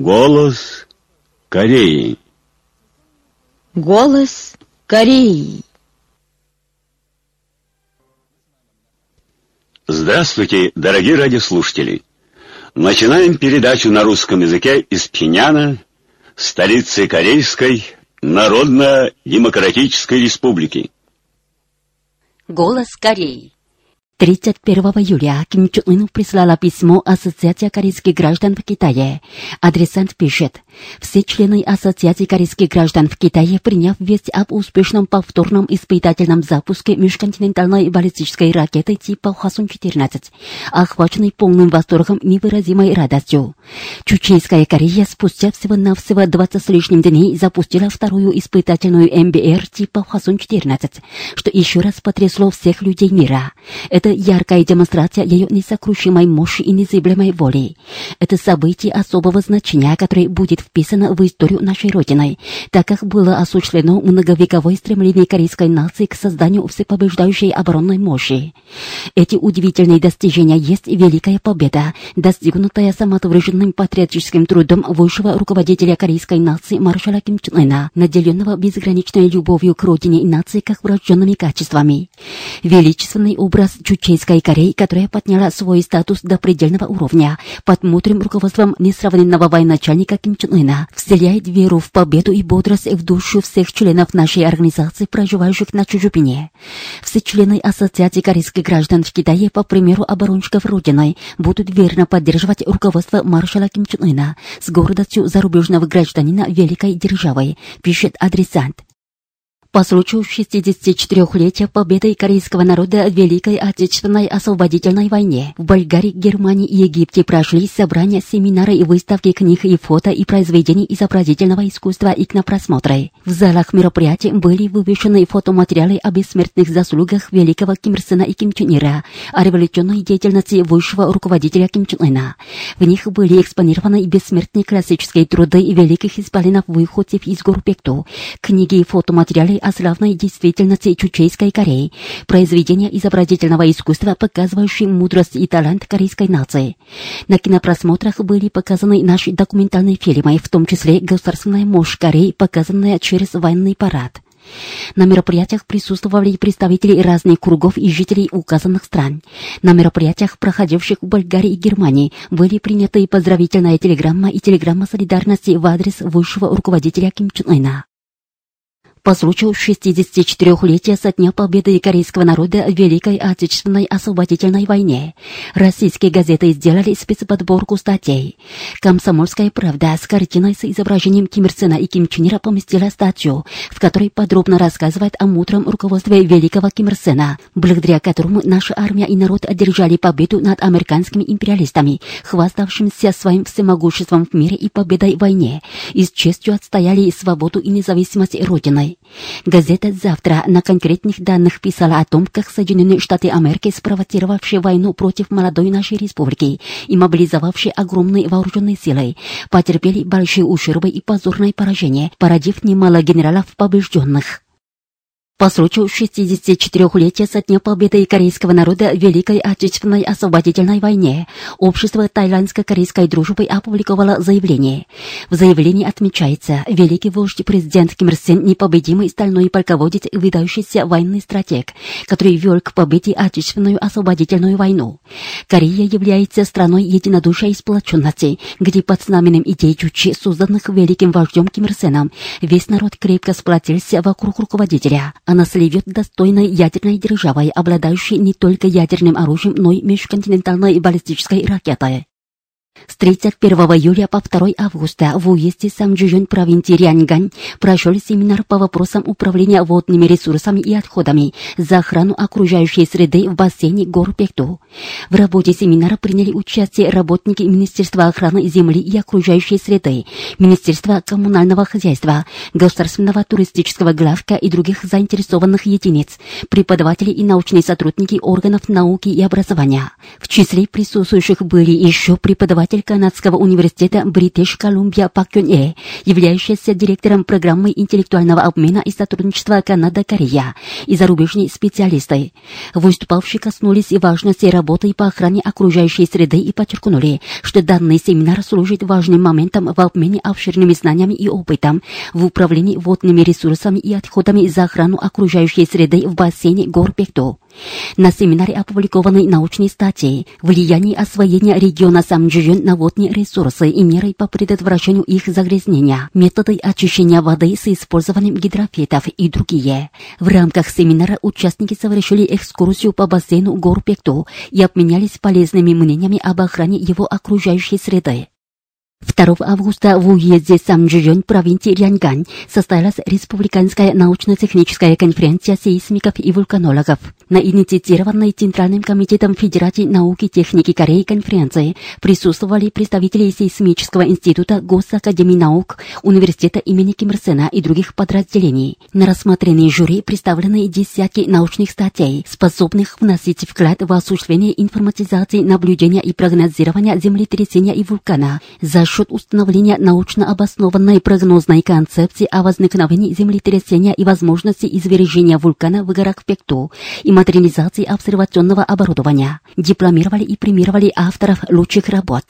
Голос Кореи. Голос Кореи. Здравствуйте, дорогие радиослушатели! Начинаем передачу на русском языке из Пхеньяна, столицы Корейской Народно-Демократической Республики. Голос Кореи. 31 июля Ким Чен Ыну прислала письмо Ассоциация корейских граждан в Китае. Адресант пишет: все члены Ассоциации корейских граждан в Китае, приняв весть об успешном повторном испытательном запуске межконтинентальной баллистической ракеты типа Хвасон-14, охваченный полным восторгом и невыразимой радостью. Чучейская Корея спустя всего-навсего 20 с лишним дней запустила вторую испытательную МБР типа Хвасон-14, что еще раз потрясло всех людей мира. Это яркая демонстрация ее несокрушимой мощи и незыблемой воли. Это событие особого значения, которое будет вписано в историю нашей Родины, так как было осуществлено многовековое стремление корейской нации к созданию всепобеждающей оборонной мощи. Эти удивительные достижения есть великая победа, достигнутая самоотверженным патриотическим трудом высшего руководителя корейской нации маршала Ким Чен Ына, наделенного безграничной любовью к родине и нации как врожденными качествами. Величественный образ Чучейской Кореи, которая подняла свой статус до предельного уровня под мудрым руководством несравненного военачальника Ким Чен Ына, вселяет веру в победу и бодрость в душу всех членов нашей организации, проживающих на чужбине. Все члены Ассоциации корейских граждан в Китае, по примеру оборонщиков Родины, будут верно поддерживать руководство маршала Ким Чен Ына с гордостью зарубежного гражданина великой державы, пишет адресант. По случаю 64-летия победы корейского народа в Великой Отечественной освободительной войне в Болгарии, Германии и Египте прошли собрания, семинары и выставки книг и фото и произведений изобразительного искусства и кинопросмотры. В залах мероприятий были вывешены фотоматериалы о бессмертных заслугах великого Ким Ир Сена и Ким Чен Ира, о революционной деятельности высшего руководителя Ким Чен Ына. В них были экспонированы бессмертные классические труды великих исполинов выходцев из гор Пекту, книги и фотоматериалы о славной действительности Чучейской Кореи, произведения изобразительного искусства, показывающие мудрость и талант корейской нации. На кинопросмотрах были показаны наши документальные фильмы, в том числе «Государственная мощь Кореи», показанная через военный парад. На мероприятиях присутствовали представители разных кругов и жителей указанных стран. На мероприятиях, проходивших в Болгарии и Германии, были приняты поздравительная телеграмма и телеграмма солидарности в адрес высшего руководителя Ким Чен Ына. По случаю 64-летия со дня победы корейского народа в Великой Отечественной освободительной войне российские газеты сделали спецподборку статей. «Комсомольская правда» с картиной с изображением Ким Ир Сена и Ким Чен Ира поместила статью, в которой подробно рассказывает о мудром руководстве великого Ким Ир Сена, благодаря которому наша армия и народ одержали победу над американскими империалистами, хваставшимися своим всемогуществом в мире и победой в войне, и с честью отстояли свободу и независимость Родины. Газета «Завтра» на конкретных данных писала о том, как Соединенные Штаты Америки, спровоцировавшие войну против молодой нашей республики и мобилизовавшие огромные вооруженные силы, потерпели большие ущербы и позорное поражение, породив немало генералов побежденных. По случаю 64-летия со дня победы корейского народа в Великой Отечественной освободительной войне общество тайландско-корейской дружбы опубликовало заявление. В заявлении отмечается: великий вождь президент Ким Ир Сен, непобедимый стальной полководец и выдающийся военный стратег, который вел к победе Отечественную освободительную войну. Корея является страной единодушия и сплоченности, где под знаменем идей Чучи, созданных великим вождем Ким Ир Сеном, весь народ крепко сплотился вокруг руководителя. Она слывет достойной ядерной державой, обладающей не только ядерным оружием, но и межконтинентальной баллистической ракетой. С 31 июля по 2 августа в уезде Самджижон провинции Ряньгань прошел семинар по вопросам управления водными ресурсами и отходами за охрану окружающей среды в бассейне гор Пекту. В работе семинара приняли участие работники Министерства охраны земли и окружающей среды, Министерства коммунального хозяйства, Государственного туристического главка и других заинтересованных единиц, преподаватели и научные сотрудники органов науки и образования. В числе присутствующих были еще преподаватели Канадского университета Бритиш Колумбия Пак Кён-э, являющийся директором программы интеллектуального обмена и сотрудничества Канада-Корея, и зарубежные специалисты. Выступавшие коснулись и важности работой по охране окружающей среды и подчеркнули, что данный семинар служит важным моментом в обмене обширными знаниями и опытом в управлении водными ресурсами и отходами за охрану окружающей среды в бассейне гор Пекту. На семинаре опубликованы научные статьи «Влияние освоения региона Самджиюн на водные ресурсы и меры по предотвращению их загрязнения», «Методы очищения воды с использованием гидрофитов» и другие. В рамках семинара участники совершили экскурсию по бассейну гор Пекту и обменялись полезными мнениями об охране его окружающей среды. 2 августа в уезде Самджиюн провинции Ряньгань состоялась Республиканская научно-техническая конференция сейсмиков и вулканологов. На инициированной Центральным комитетом Федерации науки и техники Кореи конференции присутствовали представители Сейсмического института Госакадемии наук, университета имени Ким Ир Сена и других подразделений. На рассмотрении жюри представлены десятки научных статей, способных вносить вклад в осуществление информатизации, наблюдения и прогнозирования землетрясения и вулкана за счет установления научно обоснованной прогнозной концепции о возникновении землетрясения и возможности извержения вулкана в горах Пекту и модернизации обсервационного оборудования. Дипломировали и премировали авторов лучших работ.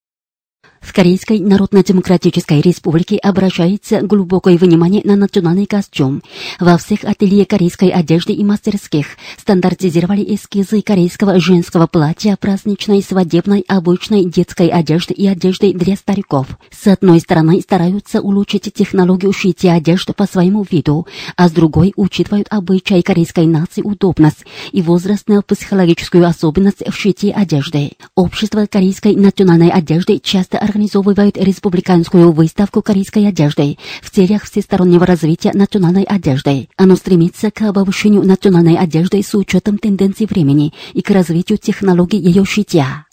В Корейской Народно-Демократической Республике обращается глубокое внимание на национальный костюм. Во всех ателье корейской одежды и мастерских стандартизировали эскизы корейского женского платья, праздничной, свадебной, обычной, детской одежды и одежды для стариков. С одной стороны, стараются улучшить технологию шитья одежды по своему виду, а с другой учитывают обычаи корейской нации, удобность и возрастную психологическую особенность в шитье одежды. Общество корейской национальной одежды часто организовывает республиканскую выставку корейской одежды в целях всестороннего развития национальной одежды. Оно стремится к повышению национальной одежды с учетом тенденций времени и к развитию технологий ее шитья.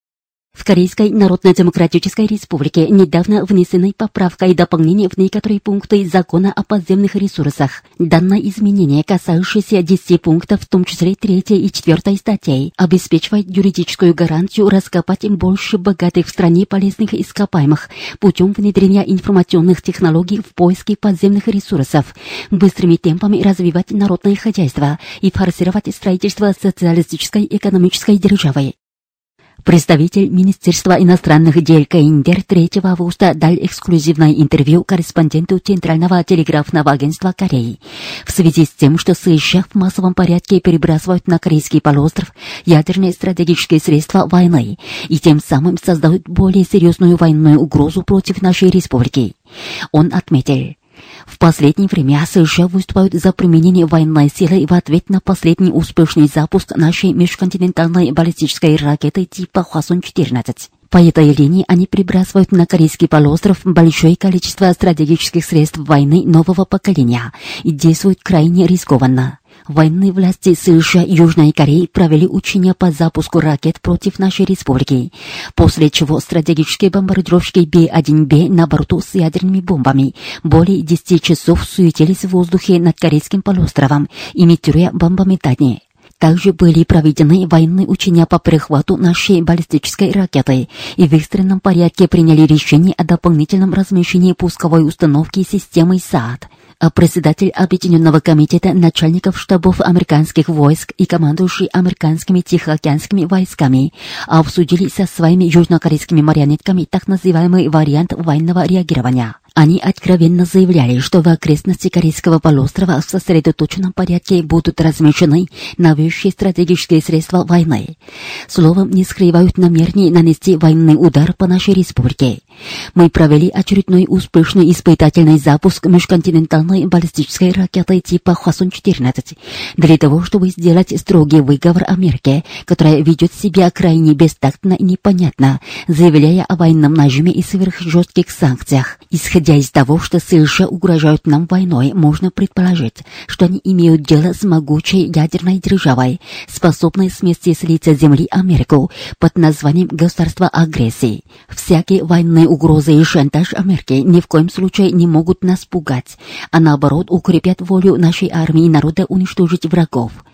В Корейской Народно-Демократической Республике недавно внесены поправка и дополнение в некоторые пункты закона о подземных ресурсах. Данное изменение, касающееся 10 пунктов, в том числе 3 и 4 статей, обеспечивает юридическую гарантию раскопать больше богатых в стране полезных ископаемых путем внедрения информационных технологий в поиске подземных ресурсов, быстрыми темпами развивать народное хозяйство и форсировать строительство социалистической экономической державы. Представитель Министерства иностранных дел КНДР 3 августа дал эксклюзивное интервью корреспонденту Центрального телеграфного агентства Кореи в связи с тем, что США в массовом порядке перебрасывают на Корейский полуостров ядерные стратегические средства войны и тем самым создают более серьезную военную угрозу против нашей республики. Он отметил: в последнее время США выступают за применение военной силы в ответ на последний успешный запуск нашей межконтинентальной баллистической ракеты типа Хвасон-14. По этой линии они перебрасывают на Корейский полуостров большое количество стратегических средств войны нового поколения и действуют крайне рискованно. Военные власти США и Южной Кореи провели учения по запуску ракет против нашей республики, после чего стратегические бомбардировщики Б-1Б на борту с ядерными бомбами более 10 часов суетились в воздухе над Корейским полуостровом, имитируя бомбометание. Также были проведены военные учения по перехвату нашей баллистической ракеты и в экстренном порядке приняли решение о дополнительном размещении пусковой установки системы СААД. А председатель Объединенного комитета начальников штабов американских войск и командующий американскими тихоокеанскими войсками обсудили со своими южнокорейскими марионетками так называемый вариант военного реагирования. Они откровенно заявляли, что в окрестности Корейского полуострова в сосредоточенном порядке будут размещены новейшие стратегические средства войны. Словом, не скрывают намерение нанести военный удар по нашей республике. Мы провели очередной успешный испытательный запуск межконтинентальной баллистической ракеты типа Хвасон-14 для того, чтобы сделать строгий выговор Америке, которая ведет себя крайне бестактно и непонятно, заявляя о военном нажиме и сверхжестких санкциях. Исходя из того, что США угрожают нам войной, можно предположить, что они имеют дело с могучей ядерной державой, способной смести с лица земли Америку под названием государства агрессии. Всякие военные угрозы и шантаж Америки ни в коем случае не могут нас пугать, а наоборот укрепят волю нашей армии и народа уничтожить врагов.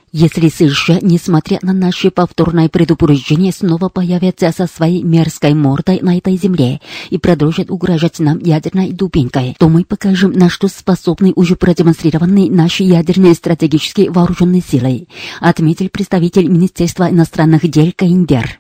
Если США, несмотря на наше повторное предупреждение, снова появятся со своей мерзкой мордой на этой земле и продолжат угрожать нам ядерной дубинкой, то мы покажем, на что способны уже продемонстрированные наши ядерные стратегические вооруженные силы, отметил представитель Министерства иностранных дел Каиндер.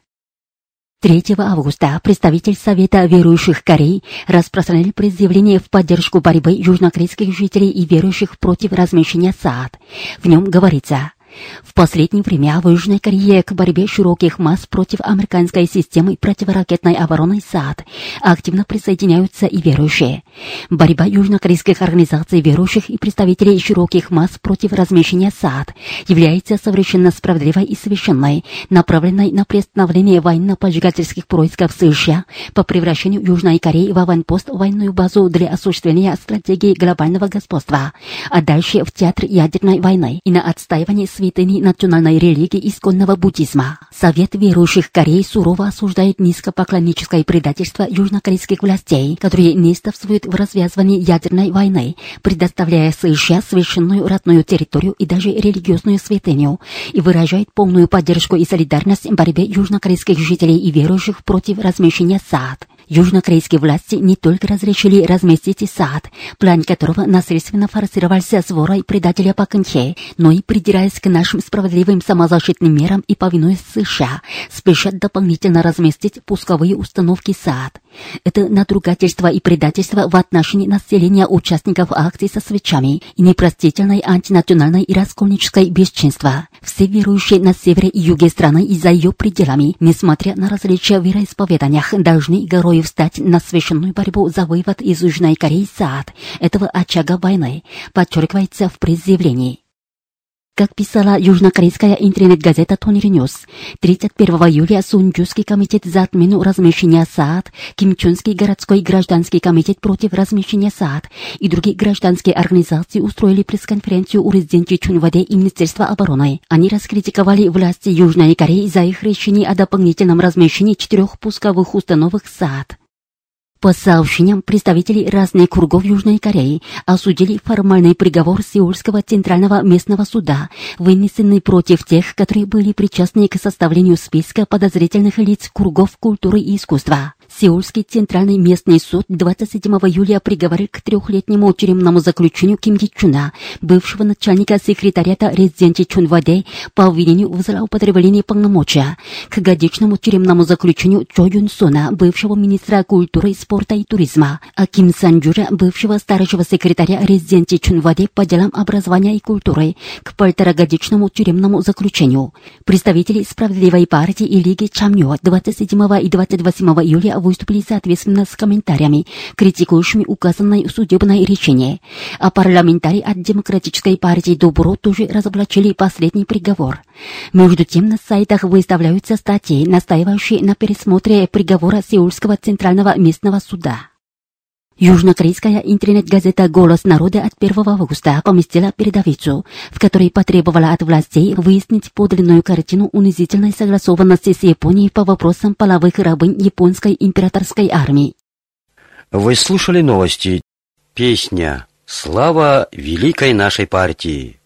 3 августа представитель Совета верующих Кореи распространил заявление в поддержку борьбы южнокорейских жителей и верующих против размещения СААД. В нем говорится: в последнее время в Южной Корее к борьбе широких масс против американской системы противоракетной обороны СААД активно присоединяются и верующие. Борьба южнокорейских организаций верующих и представителей широких масс против размещения СААД является совершенно справедливой и совершенной, направленной на приостановление военно-поджигательских происков США по превращению Южной Кореи в аванпост, военную базу для осуществления стратегии глобального господства, а дальше в театр ядерной войны и на отстаивание святыни национальной религии исконного буддизма. Совет верующих Кореи сурово осуждает низкопоклонническое предательство южнокорейских властей, которые неистовствуют в развязывании ядерной войны, предоставляя США священную родную территорию и даже религиозную святыню, и выражает полную поддержку и солидарность борьбе южнокорейских жителей и верующих против размещения СААД. Южнокорейские власти не только разрешили разместить СААД, план которого насильственно форсировался сворой предателя Пак Кын Хе, но и придираясь к нашим справедливым самозащитным мерам и повинуясь США, спешат дополнительно разместить пусковые установки СААД. Это надругательство и предательство в отношении населения участников акций со свечами и непростительной антинациональной и раскольнической бесчинства. Все верующие на севере и юге страны и за ее пределами, несмотря на различия в вероисповеданиях, должны горой встать на священную борьбу за вывод из Южной Кореи СААД, этого очага войны, подчеркивается в пресс-заявлении. Как писала южнокорейская интернет-газета Тонери Ньюс, 31 июля Сунджусский комитет за отмену размещения СААД, Кимчонский городской гражданский комитет против размещения СААД и другие гражданские организации устроили пресс-конференцию у резиденции Чунваде и Министерства обороны. Они раскритиковали власти Южной Кореи за их решение о дополнительном размещении 4 пусковых установок СААД. По сообщениям представителей разных кругов Южной Кореи осудили формальный приговор Сеульского Центрального местного суда, вынесенный против тех, которые были причастны к составлению списка подозрительных лиц кругов культуры и искусства. Сеульский Центральный местный суд 27 июля приговорил к 3-летнему тюремному заключению Ким Ги Чуна, бывшего начальника секретариата резиденции Чунваде, по обвинению в злоупотреблении полномочия, к годичному тюремному заключению Чо Юн Сона, бывшего министра культуры, спорта и туризма, а Ким Сан Джура, бывшего старшего секретаря резиденции Чунваде по делам образования и культуры, к 1,5-годичному тюремному заключению. Представители Справедливой партии и Лиги Чамнё 27 и 28 июля выступили соответственно с комментариями, критикующими указанное судебное решение. А парламентарии от Демократической партии Добро тоже разоблачили последний приговор. Между тем на сайтах выставляются статьи, настаивающие на пересмотре приговора Сеульского Центрального местного суда. Южнокорейская интернет-газета «Голос народа» от 1 августа поместила передовицу, в которой потребовала от властей выяснить подлинную картину унизительной согласованности с Японией по вопросам половых рабынь японской императорской армии. Вы слушали новости. Песня «Слава великой нашей партии».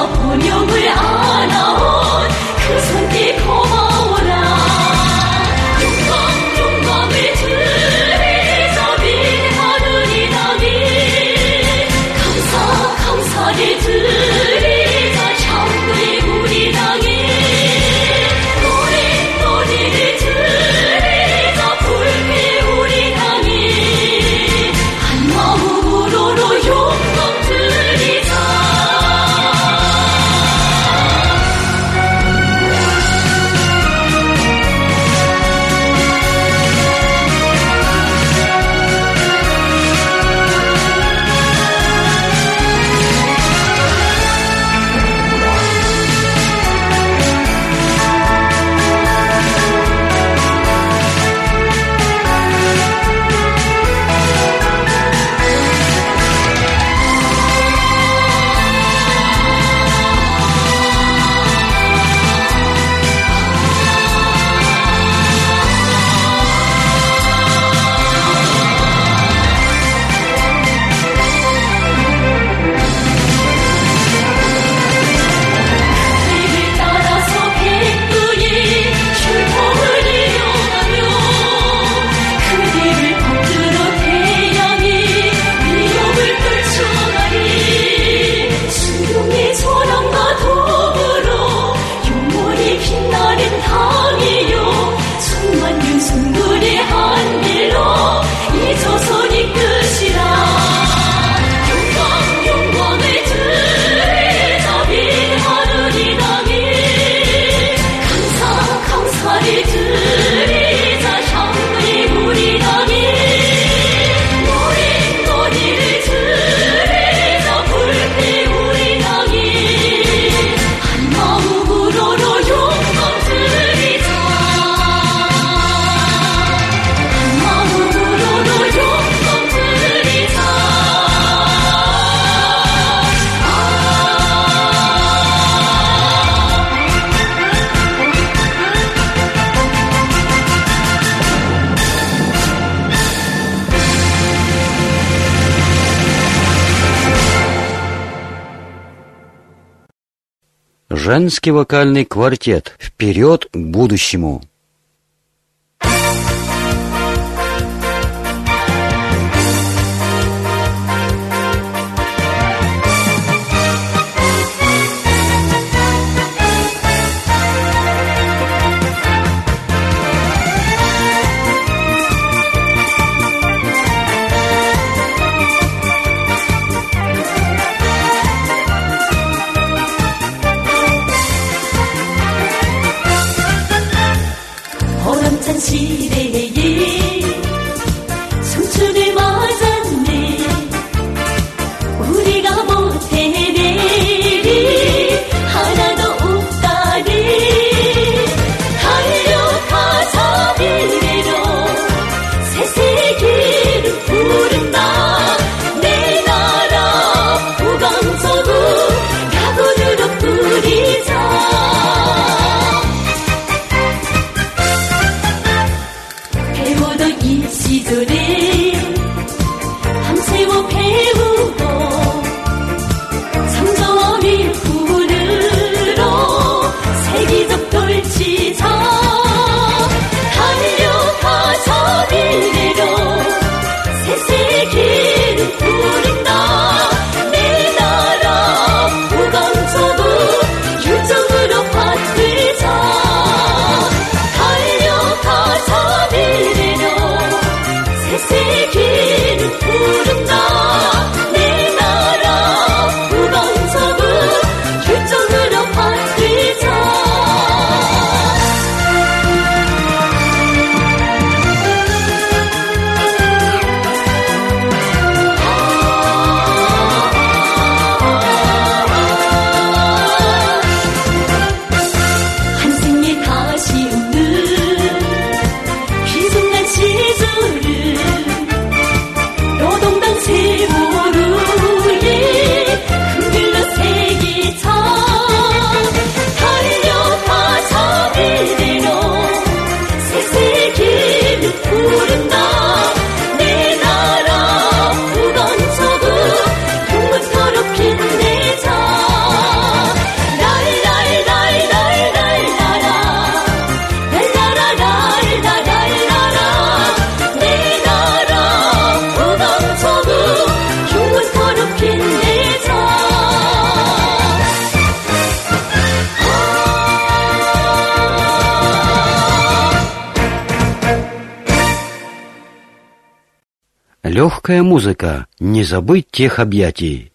번영을 안아온 그 손길 고마워라. 영광을 드리자 위대하는 이 땅에 감사를 드리자 창구리 우리 땅에 노래를 드리자 불빛 우리 땅에 한 마음으로 영광 드리자. Женский вокальный квартет «Вперед к будущему». Легкая музыка, не забыть тех объятий.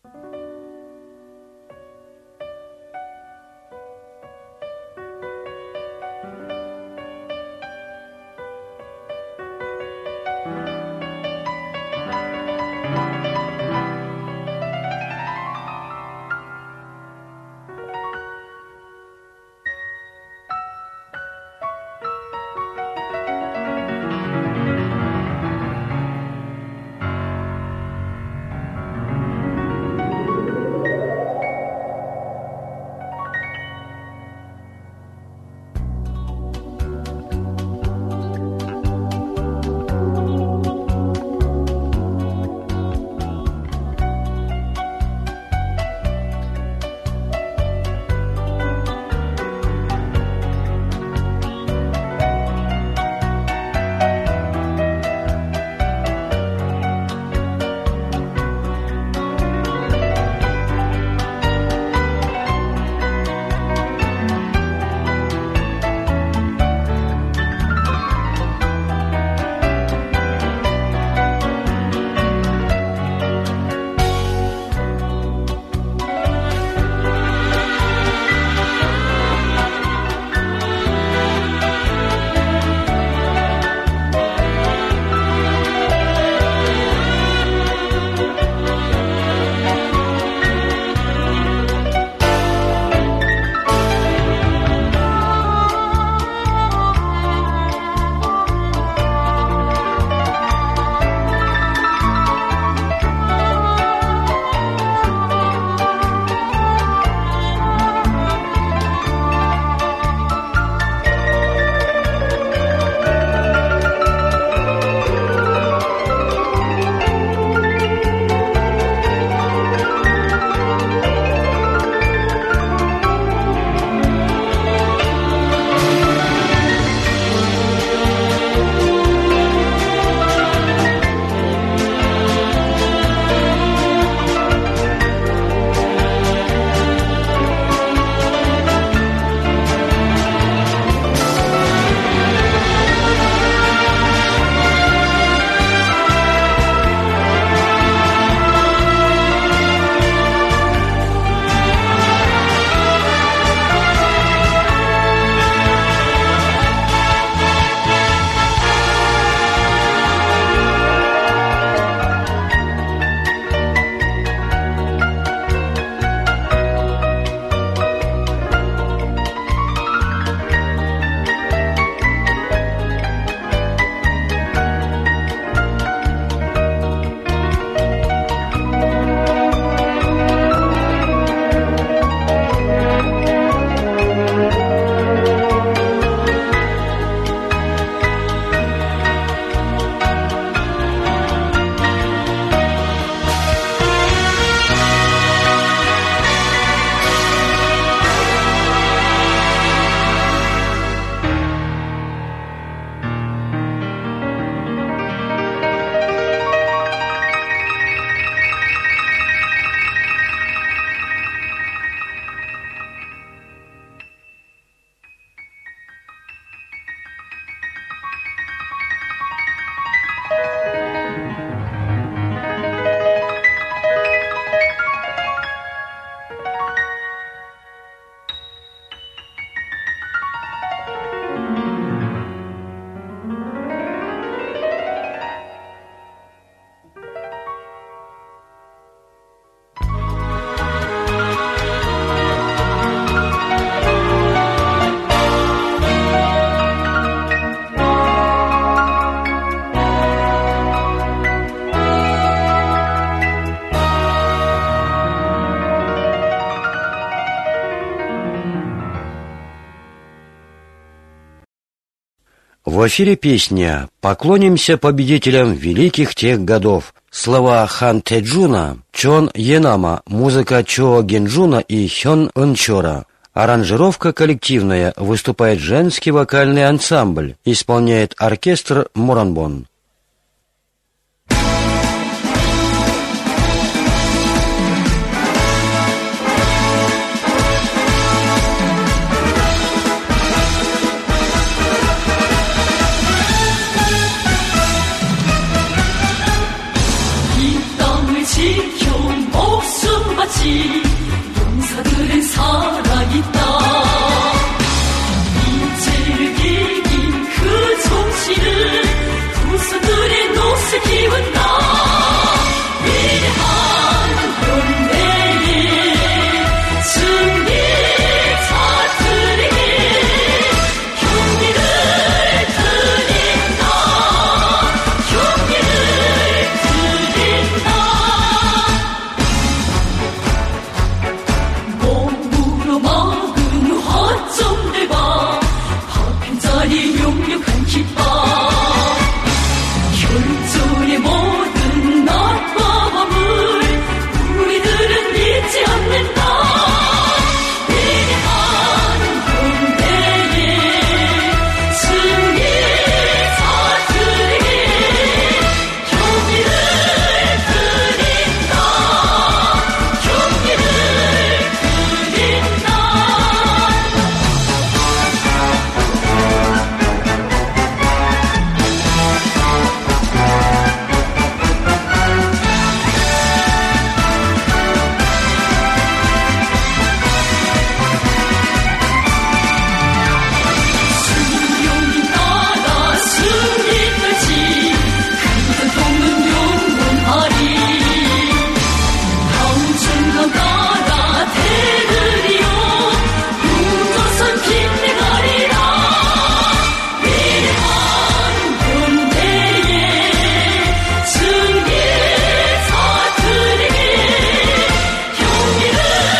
В эфире песня «Поклонимся победителям великих тех годов». Слова Хан Тэджуна, Чон Енама, музыка Чо Генджуна и Хён Унчора. Аранжировка коллективная, выступает женский вокальный ансамбль, исполняет оркестр Моранбон. 살아있다 인체를 이긴 그 정신을 두 손들에 노스 기운다 위대한 현대의 승리자들에게 경기를 드린다 경기를 드린다 몸으로 막은 허점들과 파편 자리 용력한 깃발 혈전의 모든 낙마함을 우리들은 잊지 않는다 위대한 현대의 승리자들에게 경기를 드린다 경기를 드린다 승용이 따라 승리까지 그들 돕는 영원하리 강중강 따라 대들이여 유조선 빛내가리라 위대한 현대의 승리자들에게 경기를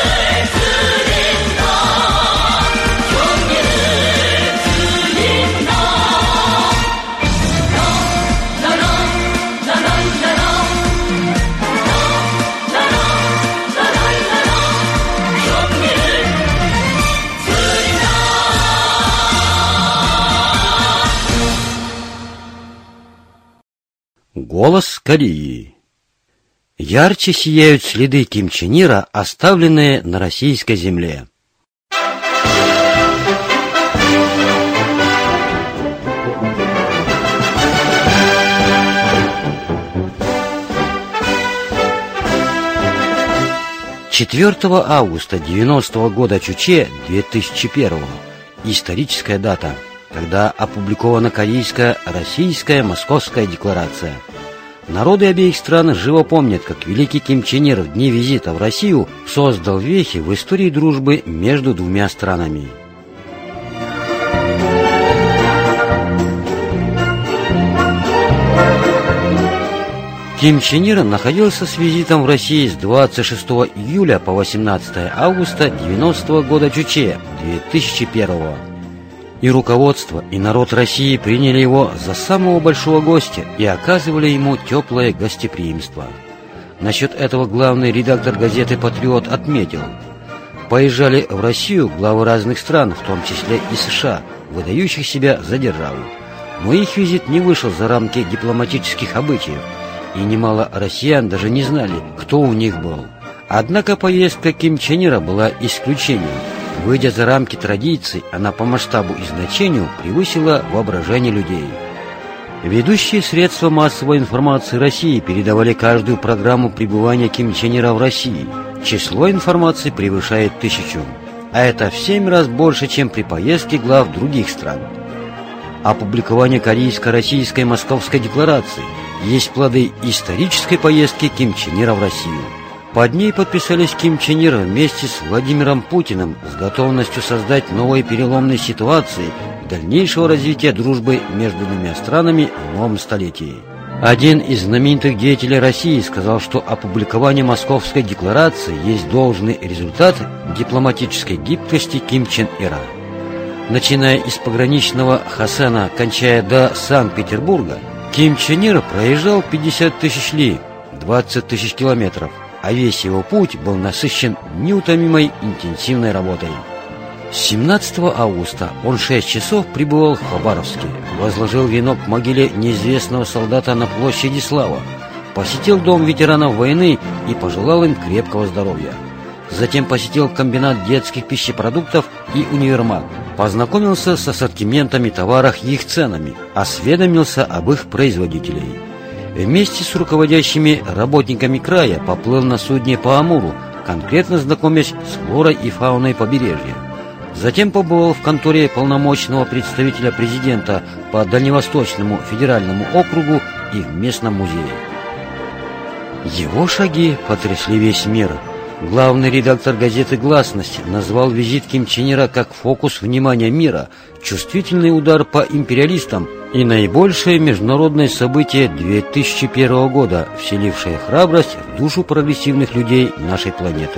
드린다 경기를 드린다 라라라라라라 라라라라라라 경기를 드린다 Голос Кореи. Ярче сияют следы Ким Чен Ира, оставленные на российской земле. «4 августа 90-го года Чуче 2001-го. Историческая дата, когда опубликована корейская, российская, московская декларация. Народы обеих стран живо помнят, как великий Ким Чен Ир в дни визита в Россию создал вехи в истории дружбы между двумя странами. Ким Чен Ир находился с визитом в России с 26 июля по 18 августа 90-го года Чуче 2001-го. И руководство, и народ России приняли его за самого большого гостя и оказывали ему теплое гостеприимство. Насчет этого главный редактор газеты «Патриот» отметил: поезжали в Россию главы разных стран, в том числе и США, выдающих себя за державу. Но их визит не вышел за рамки дипломатических обычаев, и немало россиян даже не знали, кто у них был. Однако поездка Ким Чен Ира была исключением. Выйдя за рамки традиций, она по масштабу и значению превысила воображение людей. Ведущие средства массовой информации России передавали каждую программу пребывания Ким Чен Ира в России. Число информации превышает 1000, а это в 7 раз больше, чем при поездке глав других стран. Опубликование корейско-российской московской декларации есть плоды исторической поездки Ким Чен Ира в Россию. Под ней подписались Ким Чен Ир вместе с Владимиром Путиным с готовностью создать новые переломные ситуации дальнейшего развития дружбы между двумя странами в новом столетии. Один из знаменитых деятелей России сказал, что опубликование Московской декларации есть должный результат дипломатической гибкости Ким Чен Ира. Начиная из пограничного Хасана, кончая до Санкт-Петербурга, Ким Чен Ир проезжал 50 тысяч ли, 20 тысяч километров, а весь его путь был насыщен неутомимой интенсивной работой. 17 августа он 6 часов пребывал в Хабаровске, возложил венок к могиле неизвестного солдата на площади Слава, посетил дом ветеранов войны и пожелал им крепкого здоровья. Затем посетил комбинат детских пищепродуктов и универмаг, познакомился с ассортиментами товаров и их ценами, осведомился об их производителей. Вместе с руководящими работниками края поплыл на судне по Амуру, конкретно знакомясь с флорой и фауной побережья. Затем побывал в конторе полномочного представителя президента по Дальневосточному федеральному округу и в местном музее. Его шаги потрясли весь мир. Главный редактор газеты «Гласность» назвал визит Ким Чен Ира как фокус внимания мира, чувствительный удар по империалистам и наибольшее международное событие 2001 года, вселившее храбрость в душу прогрессивных людей нашей планеты.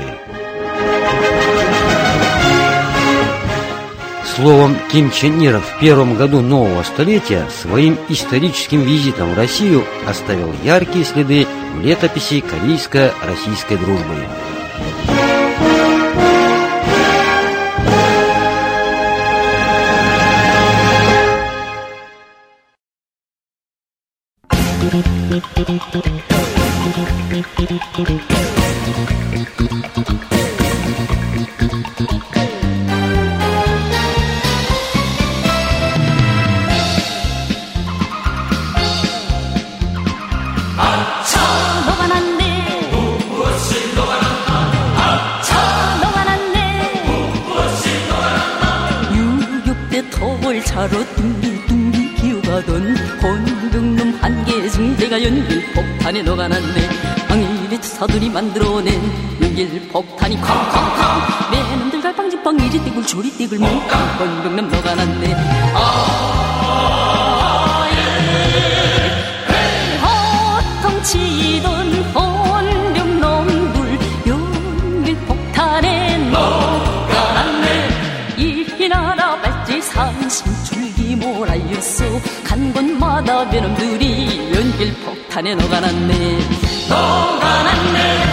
Словом, Ким Чен Ир в первом году нового столетия своим историческим визитом в Россию оставил яркие следы в летописи корейско-российской дружбы. 너가 났네 무엇이 너가 났나 아차 너가 났네 무엇이 너가 났나 6.6대 터벌차로 둥글둥글 기어가던 혼병놈 한개 승대가 연길 폭탄에 너가 났네 방일이 투사들이 만들어낸 연길 폭탄이 쾅쾅쾅 내 놈들 갈팡질팡 이리 떼굴 저리 떼굴 몽땅 혼병놈 너가 났네 치던 혼병놈들 연길 폭탄에 너가 났네 이 나라 발제 30줄기 몰아였어 간 곳마다 배놈들이 연길 폭탄에 너가 났네 너가 났네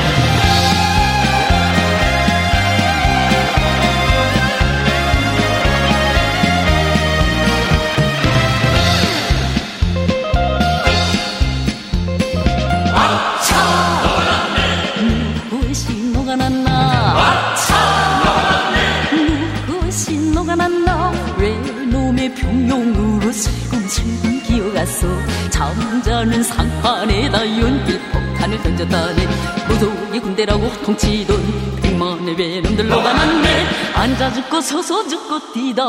평용으로 슬금슬금 기어갔어 잠자는 상판에다 연길 폭탄을 던졌다네 무속의 군대라고 통치던 100만의 외놈들 너가 났네 앉아 죽고 서서 죽고 뛰다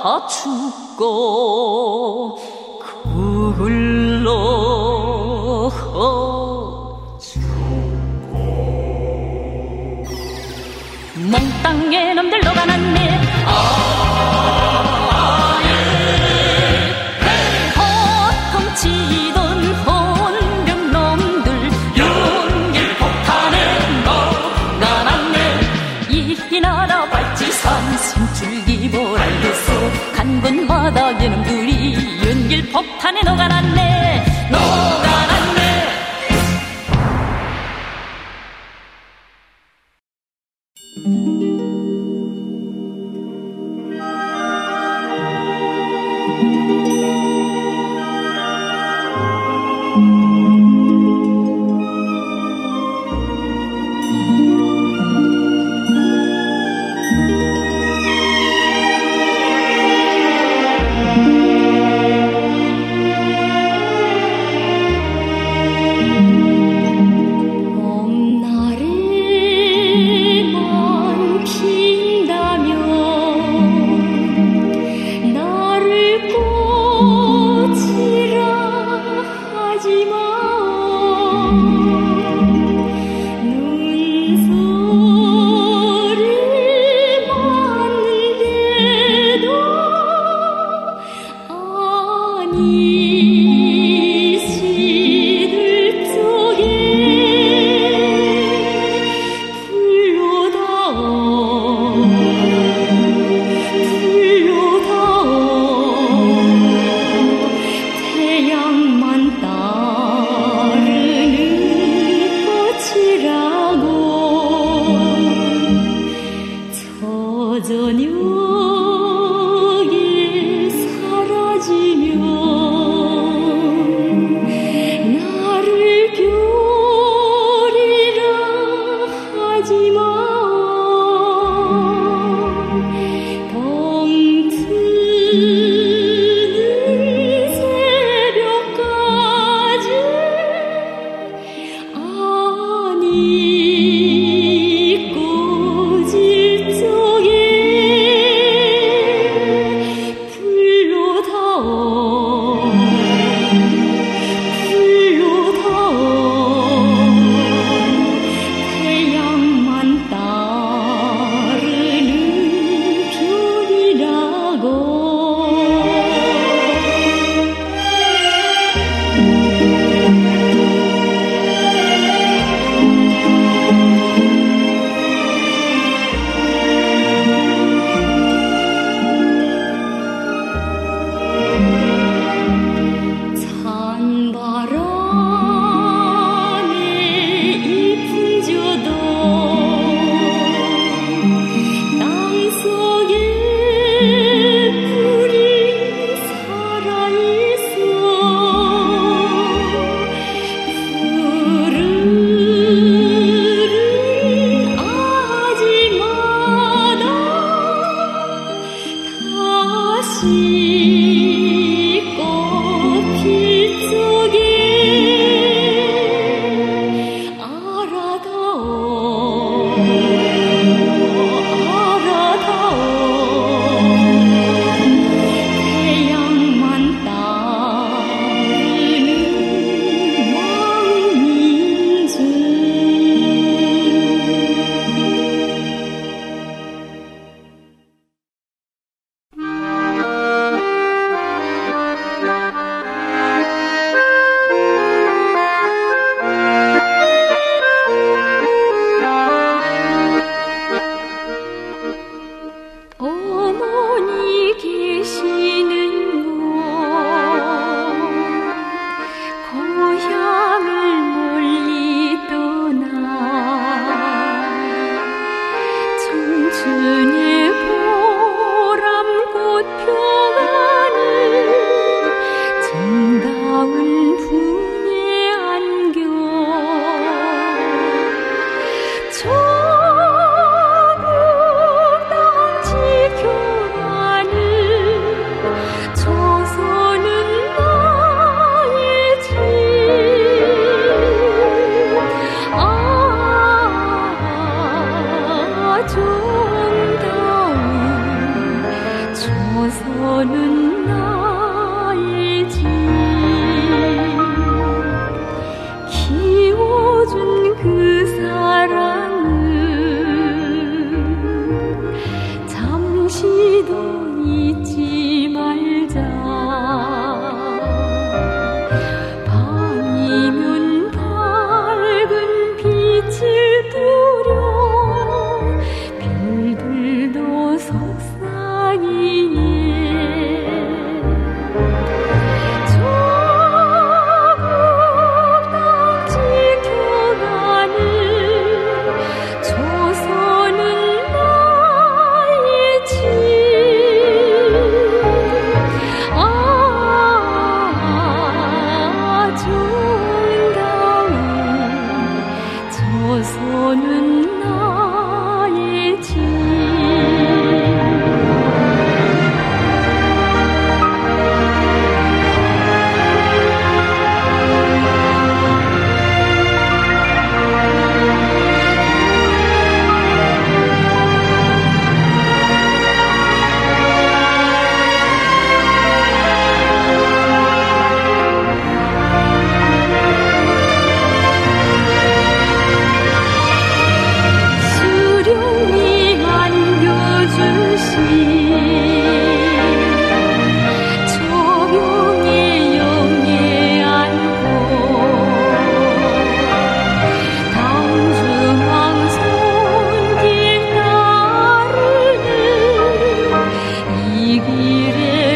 죽고 굴러 몽땅의 놈들 너가 났네 치던 혼병놈들 연길 폭탄에 너가 났네 이 나라 발지산 심줄기 몰알겠어 간 곳마다 얘놈들이 연길 폭탄에 너가 났네 너가 났네 잊고 꽃 필 적에 알아다오 태양만 따르는 왕민주 어머니 계시는 곳 고향을 멀리 떠나 청춘의 보람꽃 펴가는 정다운 분에 안겨 조국 땅 지켜가는 조선은 나의 집 정다운 조선은 나의 집 키워준 그 사랑을 잠시도 잊지 말자 밤이면 밝은 빛을 두려 별들도 속상이네 조국 땅 지켜가는 조선은 나의 집 정다운 조선은 나의 집 수령이 안겨주신 조용히 영예 안고 당중왕 손길 따르는 이 길에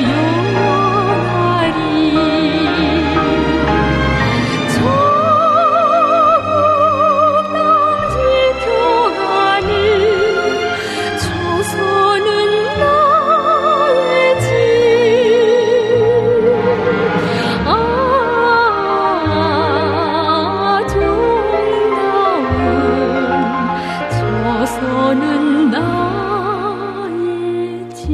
영원하리 조국 땅 지켜가는 조선은 나의 집 정다운 조선은 나의 집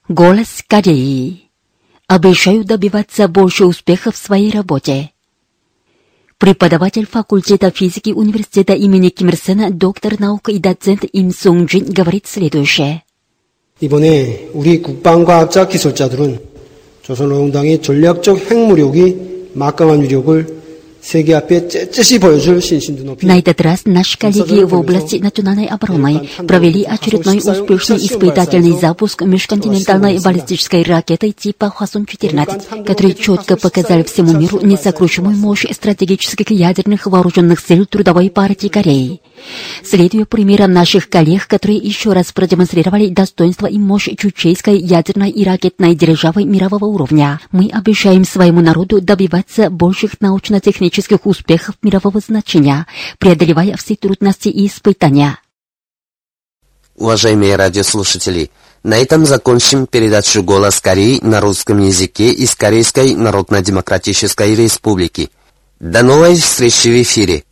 Голос Кореи. Обещаю добиваться больше успехов в своей работе. Преподаватель факультета физики университета имени Ким Ир Сена, доктор наук и доцент Им Сонг Джин говорит следующее. 이번에 우리 국방과학자 기술자들은 조선노동당의 전략적 핵무력이 막강한 위력을 세계 앞에 째째시 보여줄 신심도 높이. На этот раз наши коллеги в области национальной обороны провели очередной успешный испытательный запуск межконтинентальной баллистической ракеты типа Хвасон-14, который четко показал всему миру несокрушимую мощь стратегических ядерных вооруженных сил Трудовой партии Кореи. Следуя примерам наших коллег, которые еще раз продемонстрировали достоинство и мощь чучейской ядерной и ракетной державы мирового уровня, мы обещаем своему народу добиваться больших научно-технических успехов мирового значения, преодолевая все трудности и испытания. Уважаемые радиослушатели, на этом закончим передачу «Голос Кореи» на русском языке из Корейской Народно-Демократической Республики. До новой встречи в эфире!